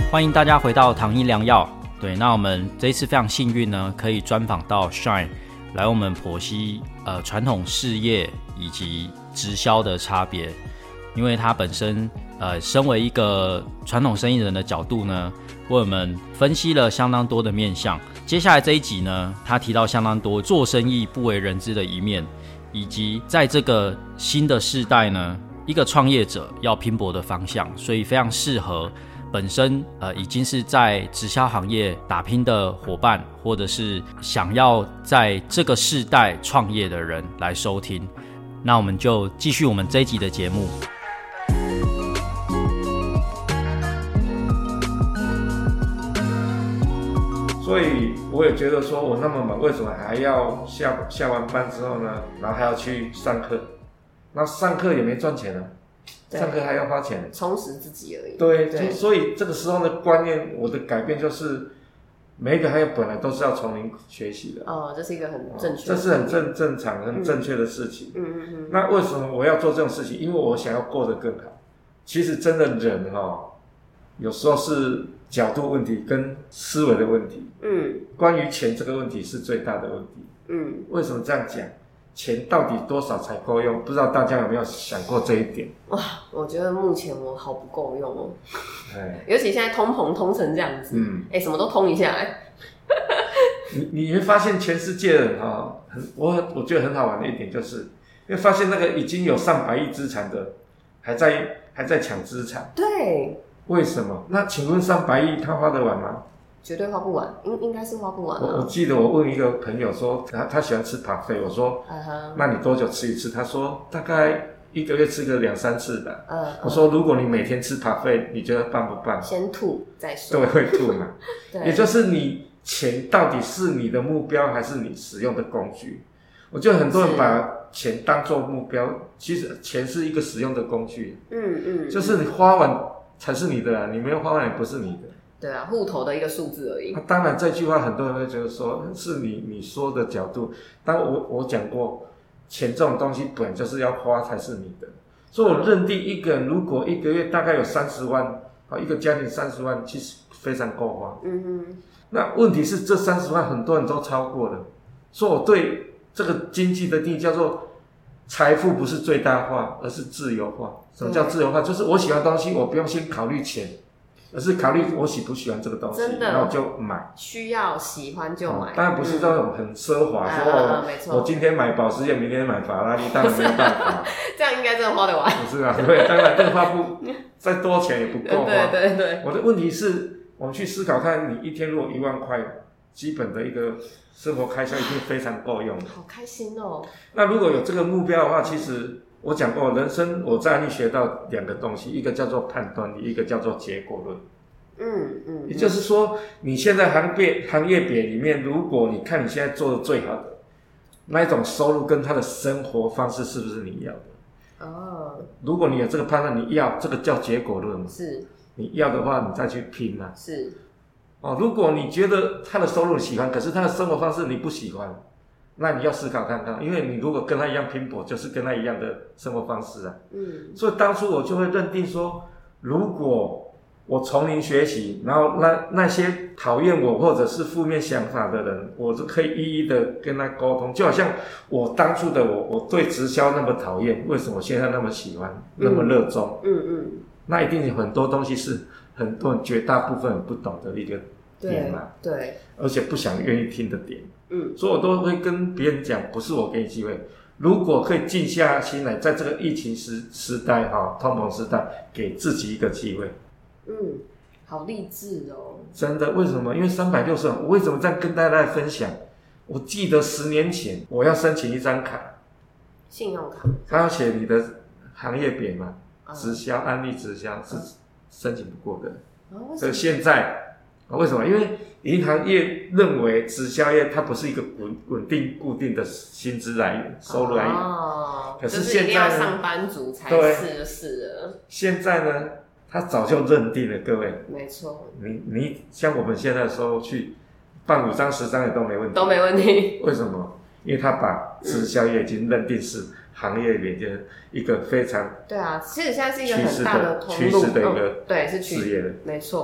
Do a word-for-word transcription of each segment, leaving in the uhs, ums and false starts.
欢迎大家回到糖衣良药。对，那我们这一次非常幸运呢，可以专访到 Shine 来我们剖析呃传统事业以及直销的差别，因为他本身呃身为一个传统生意人的角度呢，为我们分析了相当多的面向。接下来这一集呢，他提到相当多做生意不为人知的一面，以及在这个新的世代呢，一个创业者要拼搏的方向，所以非常适合本身呃已经是在直销行业打拼的伙伴，或者是想要在这个世代创业的人来收听。那我们就继续我们这一集的节目。 所以我也觉得说，我那么忙，为什么还要下下完班之后呢，然后还要去上课？那上课也没赚钱啊，上课还要花钱， 充实自己而已。 对，对，所以这个时候的观念，我的改变就是，每一个行业本来都是要从零学习的。 哦，这是一个很正确的， 这是很正正常、很正确的事情。 嗯嗯嗯。 那为什么我要做这种事情？因为我想要过得更好。其实真的人哦，有时候是角度问题跟思维的问题。嗯。关于钱这个问题是最大的问题。嗯。为什么这样讲？钱到底多少才够用？不知道大家有没有想过这一点？ 哇，我觉得目前我好不够用哦。尤其现在通膨通成这样子，嗯，哎、欸，什么都通一下、欸。 你你会发现全世界人哈、哦，很我我觉得很好玩的一点就是，因为发现那个已经有上百亿资产的，还在还在抢资产。 对。为什么？ 那请问上百亿他花得完吗？ 绝对花不完，应应该是花不完、啊。 我我记得我问一个朋友说，他他喜欢吃buffet，我说， uh-huh. 那你多久吃一次？他说大概一个月吃个两三次的。Uh-huh. 我说如果你每天吃buffet，你觉得棒不棒？ 先吐再说。 对，会吐嘛。对，也就是你钱到底是你的目标，还是你使用的工具？我觉得很多人把钱当作目标，其实钱是一个使用的工具。嗯嗯，就是你花完才是你的啊，你没有花完也不是你的。 对啊，户头的一个数字而已。 啊、当然，这句话很多人会觉得说，是你你说的角度。但我我讲过，钱这种东西本来就是要花才是你的。所以我认定一个人如果一个月大概有三十万，啊，一个家庭三十万，其实非常够花。嗯哼。那问题是这三十万很多人都超过了。所以我对这个经济的定义叫做财富不是最大化，而是自由化。什么叫自由化？就是我喜欢的东西，我不用先考虑钱。而是考虑我喜不喜欢这个东西，然后就买。 需要喜欢就买， 哦、当然不是那种很奢华，嗯、说、哦嗯、我今天买保时捷，明天买法拉利，当然没有办法。 这样应该真的花得完。 不是啊，对，当然这个花不再多钱也不够花。 对对对。 我的问题是，我们去思考看，你一天如果一万块，基本的一个生活开销一定非常够用。 好开心哦。 那如果有这个目标的话，其实。我讲过，人生我在那里学到两个东西，一个叫做判断力，一个叫做结果论。嗯嗯，也就是说，你现在行业行业别里面，如果你看你现在做的最好的那一种收入跟他的生活方式是不是你要的？哦，如果你有这个判断，你要这个叫结果论嘛？是，你要的话，你再去拼啊。是，哦，如果你觉得他的收入你喜欢，可是他的生活方式你不喜欢。那你要思考看看，因为你如果跟他一样拼搏，就是跟他一样的生活方式啊。嗯。所以当初我就会认定说，如果我从零学习，然后那那些讨厌我或者是负面想法的人，我就可以一一的跟他沟通。就好像我当初的我，我对直销那么讨厌，为什么现在那么喜欢，那么热衷？嗯 嗯, 嗯。那一定有很多东西是很多人绝大部分人不懂的一个点嘛。对。对。而且不想愿意听的点。嗯，所以我都会跟别人讲，不是我给你机会，如果可以静下心来，在这个疫情时时代哈，通膨时代，给自己一个机会。 嗯，好励志哦。 真的，为什么？因为三百六十万，我为什么这样跟大家来分享？我记得十年前我要申请一张卡， 信用卡， 他要写你的行业别嘛，嗯、直销、安利直销是申请不过的。哦，所以现在为什么？因为银行业认为直销业它不是一个稳稳定固定的薪资来源、收入来源。哦，可是现在呢，就是一定要上班族才是就是了。 现在呢，他早就认定了，各位。 没错。你你像我们现在的时候去办五张十张也都没问题。 都没问题。 为什么？因为他把直销业已经认定是行业里面一个非常对啊，其实现在是一个很大的通路， 趋势的一个对是事业的， 没错。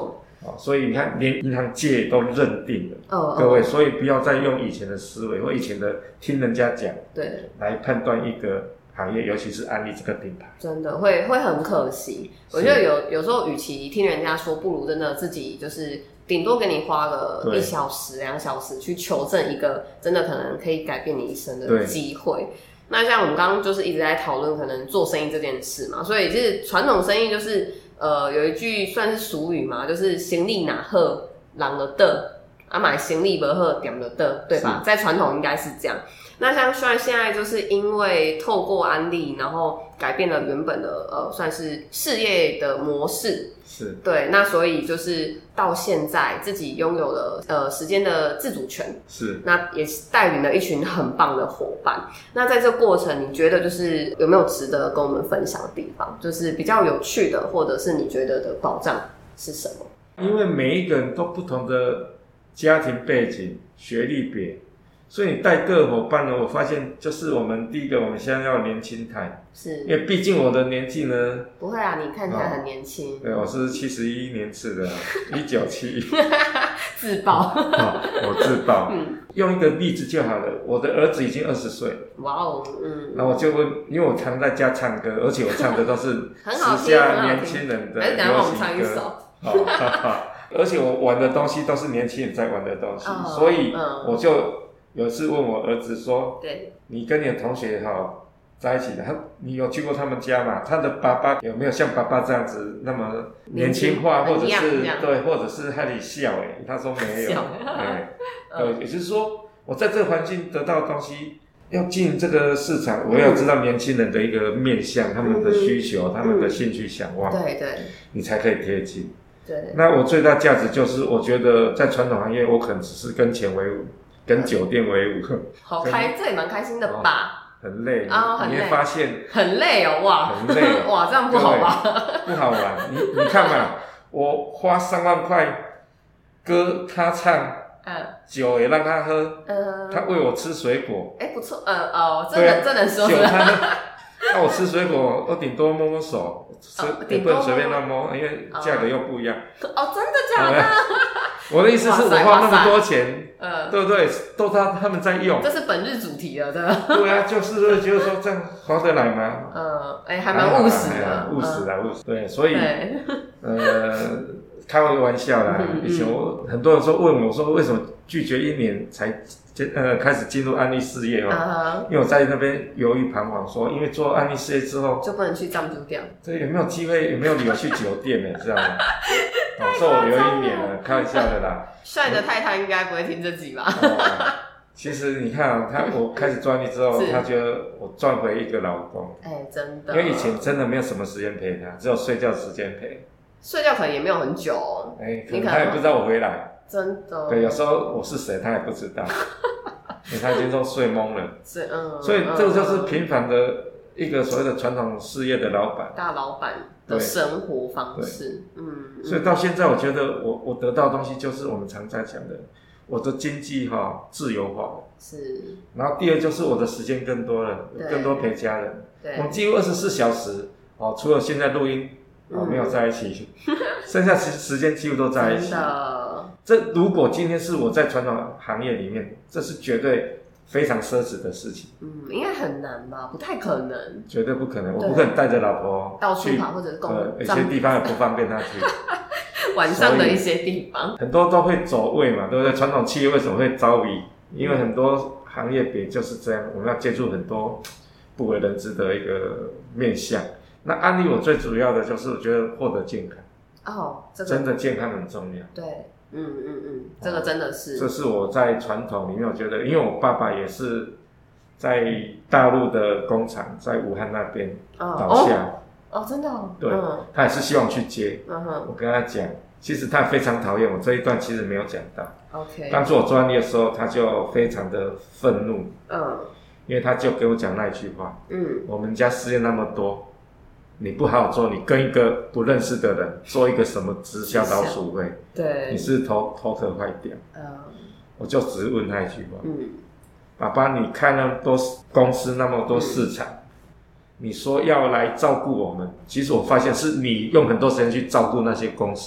所以你看，连银行界都认定了，哦、各位，所以不要再用以前的思维或以前的听人家讲，对，来判断一个行业，尤其是安利这个品牌， 真的会会很可惜。我觉得有有时候，与其听人家说，不如真的自己就是顶多给你花个一小时、两小时去求证一个真的可能可以改变你一生的机会。那像我们刚刚就是一直在讨论可能做生意这件事嘛，所以其实传统生意就是。呃，有一句算是俗语嘛，就是行李哪好人就倒，啊买行李不好店就倒，对吧？在传统应该是这样。那像虽然现在就是因为透过安利，然后改变了原本的呃算是事业的模式，是对。那所以就是到现在自己拥有了呃时间的自主权，是。那也带领了一群很棒的伙伴。那在这个过程，你觉得就是有没有值得跟我们分享的地方？就是比较有趣的，或者是你觉得的保障是什么？ 因为每一个人都不同的家庭背景、学历别。所以你带各伙伴呢，我发现就是我们第一个，我们现在要年轻态，是因为毕竟我的年纪呢， 不会啊，你看起来很年轻。 哦、对，我是七十一年次的，一九七， 自爆、 哦，我自爆。嗯，用一个例子就好了。我的儿子已经二十岁，哇哦，嗯，然后我就问，因为我常在家唱歌，而且我唱的都是时下年轻人的流行歌，哦哈哈，而且我玩的东西都是年轻人在玩的东西，哦、所以我就。有一次问我儿子说：“对，你跟你的同学哈在一起的，他你有去过他们家吗？他的爸爸有没有像爸爸这样子那么年轻化，或者是对，或者是害你笑？哎，他说没有。哎，对，也就是说，我在这个环境得到的东西，要进这个市场，我要知道年轻人的一个面向，他们的需求，他们的兴趣想望，对对，你才可以贴近。对，那我最大价值就是，我觉得在传统行业，我可能只是跟钱为伍。”跟酒店为伍， 好开，这也蛮开心的吧？ 哦、很累啊，你会发现很累哦，哇， 很累、哦， 哇，这样不好吧？ 不好玩。你你看嘛，我花三万块，歌他唱，嗯，酒也让他喝，嗯，他喂我吃水果， 哎、欸，不错，呃哦，这能这能说酒他那我吃水果，我顶多摸摸手，吃、哦、也不能随便乱摸，因为价格又不一样。 哦，真的假的？ 我的意思是我花那么多钱，呃，对不对？都他他们在用， 这是本日主题了，对吧？ 对啊，就是觉得说这样划得来吗？ 嗯，哎，还蛮务实的， 务实的，务实。对，所以呃，开玩笑啦。以前我很多人说问我说，为什么拒绝一年才呃开始进入安利事业哦？因为我在那边犹豫彷徨，说因为做安利事业之后就不能去藏族店， 对，有没有机会？有没有理由去酒店呢？知道吗？哦，说我留一年了，开玩笑的啦。 帅的太太应该不会听这集吧？ 哦、其实你看啊、喔，他我开始专利之后，他觉得我赚回一个老公。 哎、欸，真的。 因为以前真的没有什么时间陪他，只有睡觉时间陪。 睡觉可能也没有很久、哦。 哎、欸，可能他也不知道我回来。 真的。 对，有时候我是谁他也不知道，因为他已经都睡懵了。是嗯。所以这个就是平凡的一个所谓的传统事业的老板。 大老板。的生活方式，嗯， 所以到现在我觉得我我得到的东西就是我们常在讲的，我的经济哈、哦、自由化了，是，然后第二就是我的时间更多了，更多陪家人，对，我几乎二十四小时哦，除了现在录音哦、嗯、没有在一起，剩下时时间几乎都在一起。真的，这如果今天是我在传统行业里面，这是绝对。非常奢侈的事情， 嗯，应该很难吧？不太可能， 绝对不可能。我不可能带着老婆到处跑，或者是公呃，有些地方也不方便她去。 晚上的一些地方， 很多都会走位嘛，对不对？传统企业为什么会遭遇？因为很多行业别就是这样，我们要接触很多不为人知的一个面向。那安利我最主要的就是我觉得获得健康，哦，这个真的健康很重要。 对。嗯嗯嗯，这个真的是， 这是我在传统里面，我觉得，因为我爸爸也是在大陆的工厂，在武汉那边倒下， 哦，哦真的、哦， 对、嗯，他也是希望去接，嗯哼，我跟他讲，其实他非常讨厌我这一段，其实没有讲到 ，OK， 当做我专利的时候，他就非常的愤怒，嗯，因为他就给我讲那一句话，嗯，我们家事业那么多。你不好好做，你跟一个不认识的人做一个什么直销老鼠会，对，你是头头壳坏掉。嗯，我就只问他一句话，嗯，爸爸，你开那么多公司，那么多市场、嗯，你说要来照顾我们，其实我发现是你用很多时间去照顾那些公司。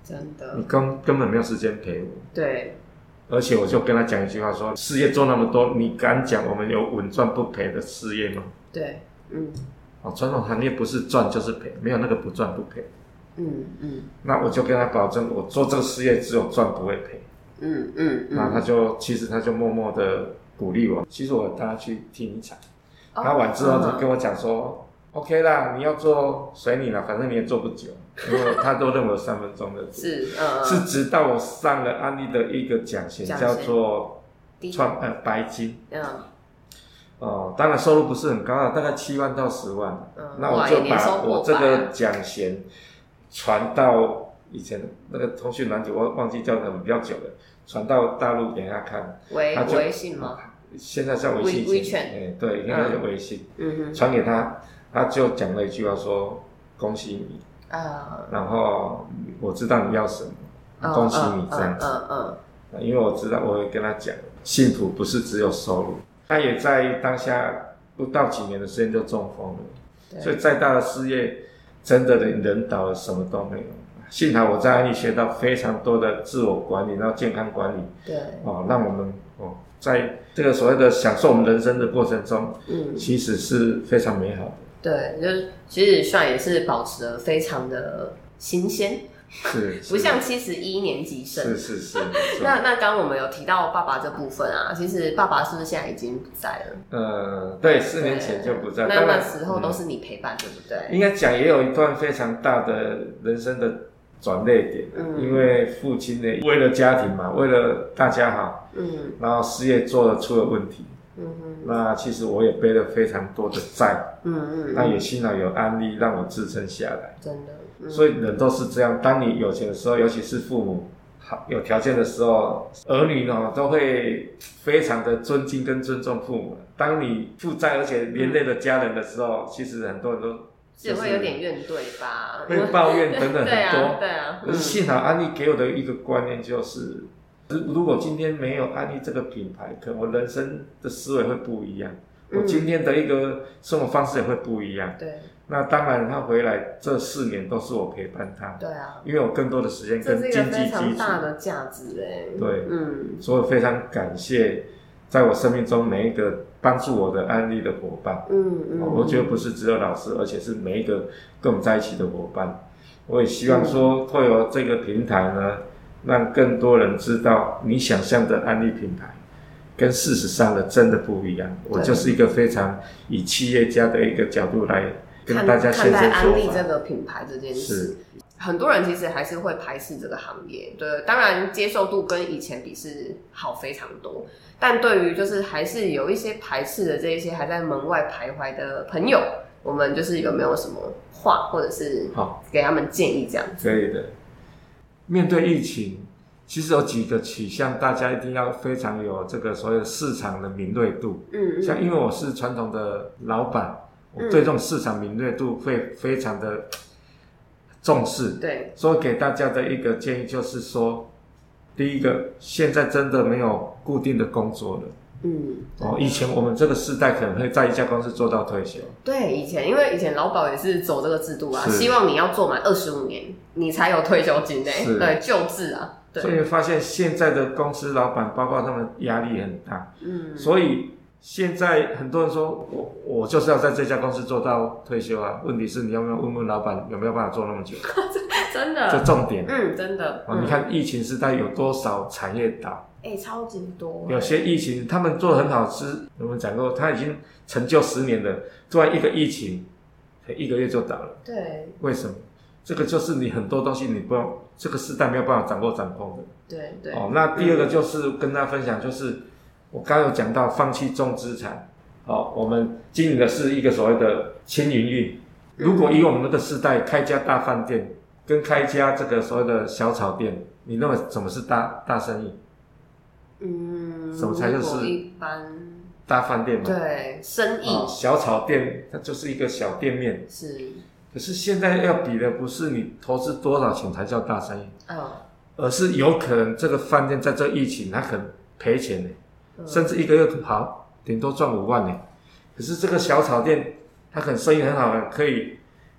真的， 你根根本没有时间陪我。 对。 而且我就跟他讲一句话说，事业做那么多，你敢讲我们有稳赚不赔的事业吗？ 对，嗯。 哦，传统行业不是赚就是赔，没有那个不赚不赔。 嗯嗯。 那我就跟他保证，我做这个事业只有赚不会赔。 嗯嗯嗯。 那他就其实他就默默的鼓励我。其实我带他去听一场，哦、他完之后就跟我讲说、嗯、，OK 啦，你要做随你啦，反正你也做不久，因为他都认为三分钟的是、嗯、 是直到我上了安利的一个讲型，叫做创呃白金。嗯。哦，当然收入不是很高啊，大概七万到十万。嗯、那我就把我这个讲衔传到以前那个通讯软体，我忘记叫什么比较久了，传到大陆给他看。 微微信吗？ 现在叫微信。 微信。 哎，对，应该叫微信。 嗯哼。 传给他，他就讲了一句话说：“恭喜你。”啊。然后我知道你要什么，哦、恭喜你这样子。嗯嗯。嗯因为我知道，我会跟他讲，幸福不是只有收入。他也在当下不到几年的时间就中风了，所以再大的事业，真的人倒了什么都没有。幸好我在安利学到非常多的自我管理，然后健康管理， 对， 哦，让我们哦在这个所谓的享受我们人生的过程中，嗯，其实是非常美好的。 对，就是其实帅也是保持得非常的新鲜。 是, 是不像七十一年级生， 是是是。 那那刚刚我们有提到爸爸这部分啊，其实爸爸是不是现在已经不在了？ 呃，对，四年前就不在。 那那时候都是你陪伴，嗯、对不对？ 应该讲也有一段非常大的人生的转捩点，嗯、因为父亲呢，为了家庭嘛，为了大家好，嗯，然后事业做了出了问题，嗯哼，那其实我也背了非常多的债，嗯 嗯, 嗯，那也幸好有安利让我支撑下来， 真的。 所以人都是这样，当你有钱的时候，尤其是父母好有条件的时候，儿女呢都会非常的尊敬跟尊重父母。当你负债而且连累了家人的时候，嗯、其实很多人都是会有点怨怼吧， 会抱怨等等很多。 对啊，对啊。 可是幸好安利给我的一个观念就是，如果今天没有安利这个品牌，可能我人生的思维会不一样，嗯、我今天的一个生活方式也会不一样。 对。 那当然，他回来这四年都是我陪伴他。 对啊， 因为有更多的时间跟经济基础。 这是一个非常大的价值哎。 对，嗯，所以非常感谢，在我生命中每一个帮助我的安利的伙伴。嗯嗯，我觉得不是只有老师，而且是每一个跟我们在一起的伙伴。我也希望说，透过这个平台呢，让更多人知道你想象的安利品牌，跟事实上的真的不一样。我就是一个非常以企业家的一个角度来。 看, 看待安利这个品牌这件事，很多人其实还是会排斥这个行业。对，当然接受度跟以前比是好非常多，但对于就是还是有一些排斥的这一些还在门外徘徊的朋友，我们就是有没有什么话，或者是给他们建议这样子？ 可以的。面对疫情，其实有几个取向，大家一定要非常有这个所谓的市场的敏锐度。嗯, 嗯，像因为我是传统的老板。我对这种市场敏锐度会非常的重视， 对， 所以给大家的一个建议就是说，第一个，现在真的没有固定的工作了，嗯，哦，以前我们这个世代可能会在一家公司做到退休， 对，以前因为以前劳保也是走这个制度啊，希望你要做满二十五年，你才有退休金诶，对，旧制啊，对， 所以发现现在的公司老板，包括他们压力很大，嗯，所以。现在很多人说我我就是要在这家公司做到退休啊，问题是你要不要问问老板有没有办法做那么久？ 真的， 这重点。 嗯，真的。 哦，嗯、你看疫情时代有多少产业倒？ 哎、欸，超级多。 有些疫情他们做得很好吃，我们讲过，他已经成就十年了，突然一个疫情，一个月就倒了。 对。 为什么？这个就是你很多东西你不用，这个时代没有办法掌握掌控的。 对对。 哦，那第二个就是跟大家分享就是。我刚刚有讲到放弃重资产，好、哦，我们经营的是一个所谓的轻营运。如果以我们那个时代开家大饭店，跟开家这个所谓的小炒店，你认为什么是大大生意？嗯，什么才就是一般大饭店嘛？ 对，生意、 哦。小炒店它就是一个小店面。 是。 可是现在要比的不是你投资多少钱才叫大生意，哦，而是有可能这个饭店在这疫情它可能赔钱呢。甚至一个月好，顶多赚五万呢。可是这个小炒店，它可能生意很好，可以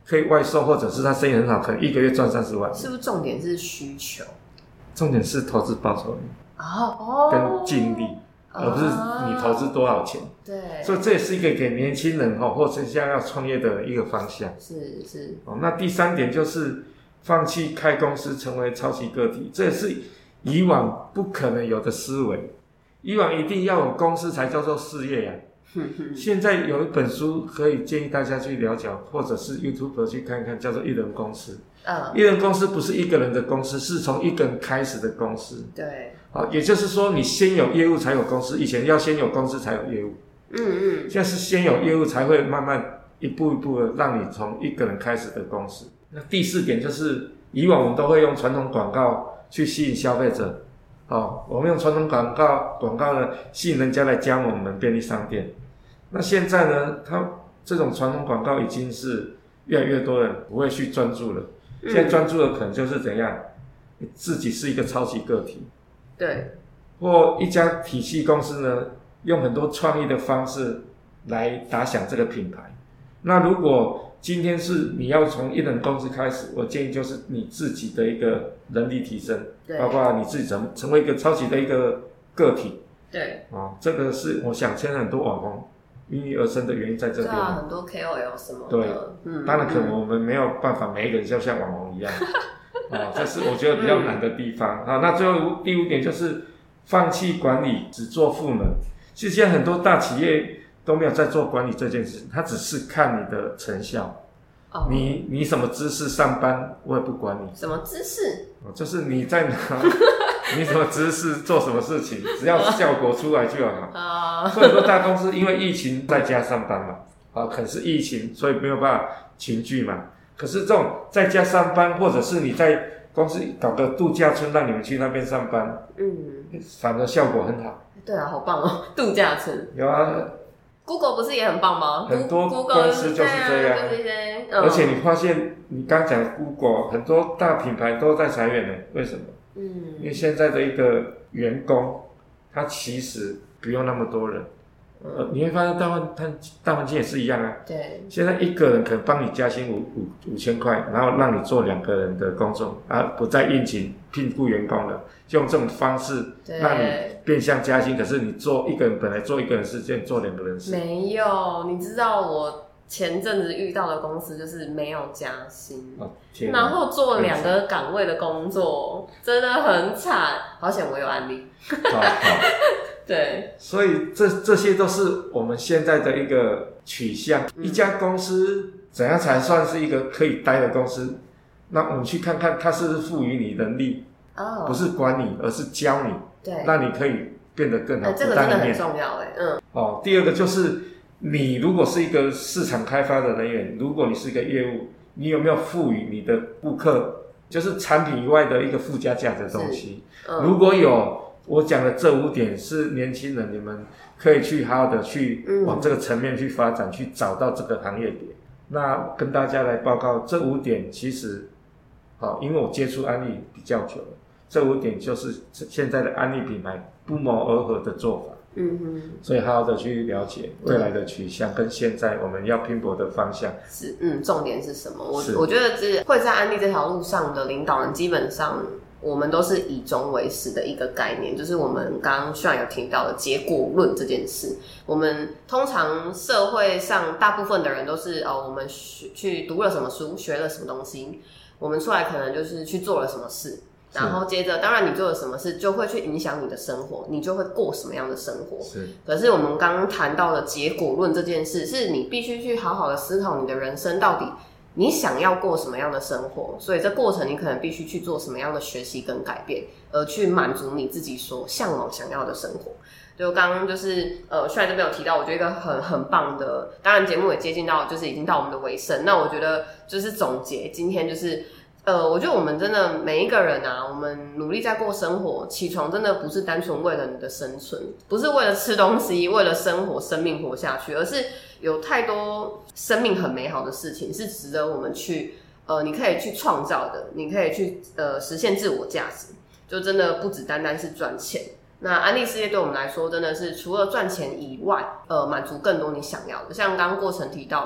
可以外售，或者是他生意很好，可能一个月赚三十万。 是不是重点是需求？ 重点是投资报酬率哦， 跟净利。而不是你投资多少钱， 对， 所以这也是一个给年轻人或者像要创业的一个方向。 是是。 那第三点就是放弃开公司，成为超级个体，这也是以往不可能有的思维。以往一定要有公司才叫做事业呀、啊。现在有一本书可以建议大家去了解，或者是 YouTube 去看看，叫做一人公司。嗯，一人公司不是一个人的公司，是从一个人开始的公司。 对， 好，也就是说，你先有业务才有公司，以前要先有公司才有业务。嗯嗯，现在是先有业务才会慢慢一步一步的让你从一个人开始的公司。那第四点就是，以往我们都会用传统广告去吸引消费者。哦，我们用传统广告广告呢吸引人家来加盟我们便利商店。那现在呢，它这种传统广告已经是越来越多人不会去专注了。现在专注的可能就是怎样，自己是一个超级个体， 对， 或一家体系公司呢，用很多创意的方式来打响这个品牌。那如果今天是你要从一人公司开始，我建议就是你自己的一个能力提升，包括你自己成成为一个超级的一个个体。 对， 哦，这个是我想现在很多网红孕育而生的原因在这边。 对啊，很多 K O L 什么的。 对，嗯，当然可能我们没有办法每一个人就像网红一样，哦，这是我觉得比较难的地方。好、嗯，那最后第五点就是放弃管理，只做赋能。其实现在很多大企业都没有在做管理这件事，他只是看你的成效。哦、你你什么姿势上班，我也不管你。 什么姿势？ 哦，就是你在哪。你什么姿势做什么事情，只要效果出来就好。啊，所以很多大公司因为疫情在家上班嘛，啊，可是疫情所以没有办法群聚嘛。可是这种在家上班，或者是你在公司搞个度假村，让你们去那边上班，嗯，反而效果很好。 对啊，好棒哦，度假村。 有啊 ，Google 不是也很棒吗？ 很多公司就是这样。 对啊嗯、 而且你发现，你刚讲 Google 很多大品牌都在裁员呢，为什么？嗯，因为现在的一个员工，他其实不用那么多人，嗯、呃，你会发现大环大大环境也是一样啊。 对， 现在一个人可能帮你加薪五五五千块，然后让你做两个人的工作，啊，不再应勤聘雇员工了，用这种方式让你变相加薪。可是你做一个人本来做一个人事，现在做两个人事。 没有，你知道我前阵子遇到的公司就是没有加薪，哦、然后做两个岗位的工作，真的很惨。好险我有案例。好好对， 所以这这些都是我们现在的一个取向。嗯、一家公司怎样才算是一个可以待的公司？那我们去看看它是不是赋予你能力，哦、不是管你，而是教你，对，让你可以变得更好。 欸、这个真的很重要哎，嗯。 哦，第二个就是。你如果是一个市场开发的人员，如果你是一个业务，你有没有赋予你的顾客，就是产品以外的一个附加价值的东西？嗯、如果有，我讲的这五点是年轻人，你们可以去好好的去往这个层面去发展，嗯、去找到这个行业点。那跟大家来报告，这五点其实，好，因为我接触安利比较久了，这五点就是现在的安利品牌不谋而合的做法。嗯哼，所以好好的去了解未来的取向跟现在我们要拼搏的方向是，嗯，重点是什么？我我觉得是会在安利这条路上的领导人，基本上我们都是以终为始的一个概念，就是我们刚刚虽然有听到的结果论这件事。我们通常社会上大部分的人都是哦，我们去读了什么书，学了什么东西，我们出来可能就是去做了什么事。然后接着，当然你做了什么事，就会去影响你的生活，你就会过什么样的生活。是。可是我们刚刚谈到的结果论这件事，是你必须去好好的思考你的人生到底你想要过什么样的生活，所以这过程你可能必须去做什么样的学习跟改变，而去满足你自己所向往想要的生活。就刚刚就是呃，帅这边有提到，我觉得一个很很棒的，当然节目也接近到就是已经到我们的尾声，那我觉得就是总结今天就是。呃，我觉得我们真的每一个人啊，我们努力在过生活，起床真的不是单纯为了你的生存，不是为了吃东西，为了生活、生命活下去，而是有太多生命很美好的事情是值得我们去，呃，你可以去创造的，你可以去呃实现自我价值，就真的不只单单是赚钱。那安利事业对我们来说，真的是除了赚钱以外，呃，满足更多你想要的。像刚刚过程提到的，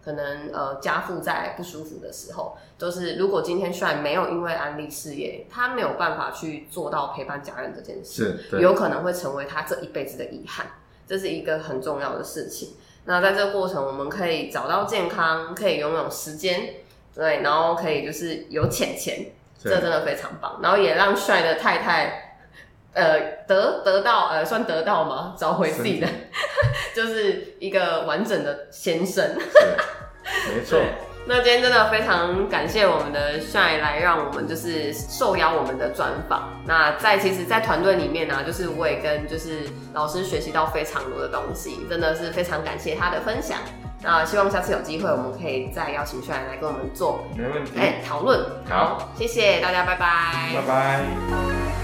可能呃家父在不舒服的时候，就是如果今天帅没有因为安利事业，他没有办法去做到陪伴家人这件事，有可能会成为他这一辈子的遗憾，这是一个很重要的事情。那在这个过程，我们可以找到健康，可以拥有时间，对，然后可以就是有钱钱，这真的非常棒。然后也让帅的太太，呃，得得到呃，算得到吗？找回自己的，就是一个完整的先生。 没错。 那今天真的非常感谢我们的 Shine 来让我们就是受邀我们的专访。那在其实，在团队里面呢、啊，就是我也跟就是老师学习到非常多的东西，真的是非常感谢他的分享。那希望下次有机会，我们可以再邀请 Shine 来跟我们做没问题哎讨论。好，谢谢大家，拜拜， 拜拜。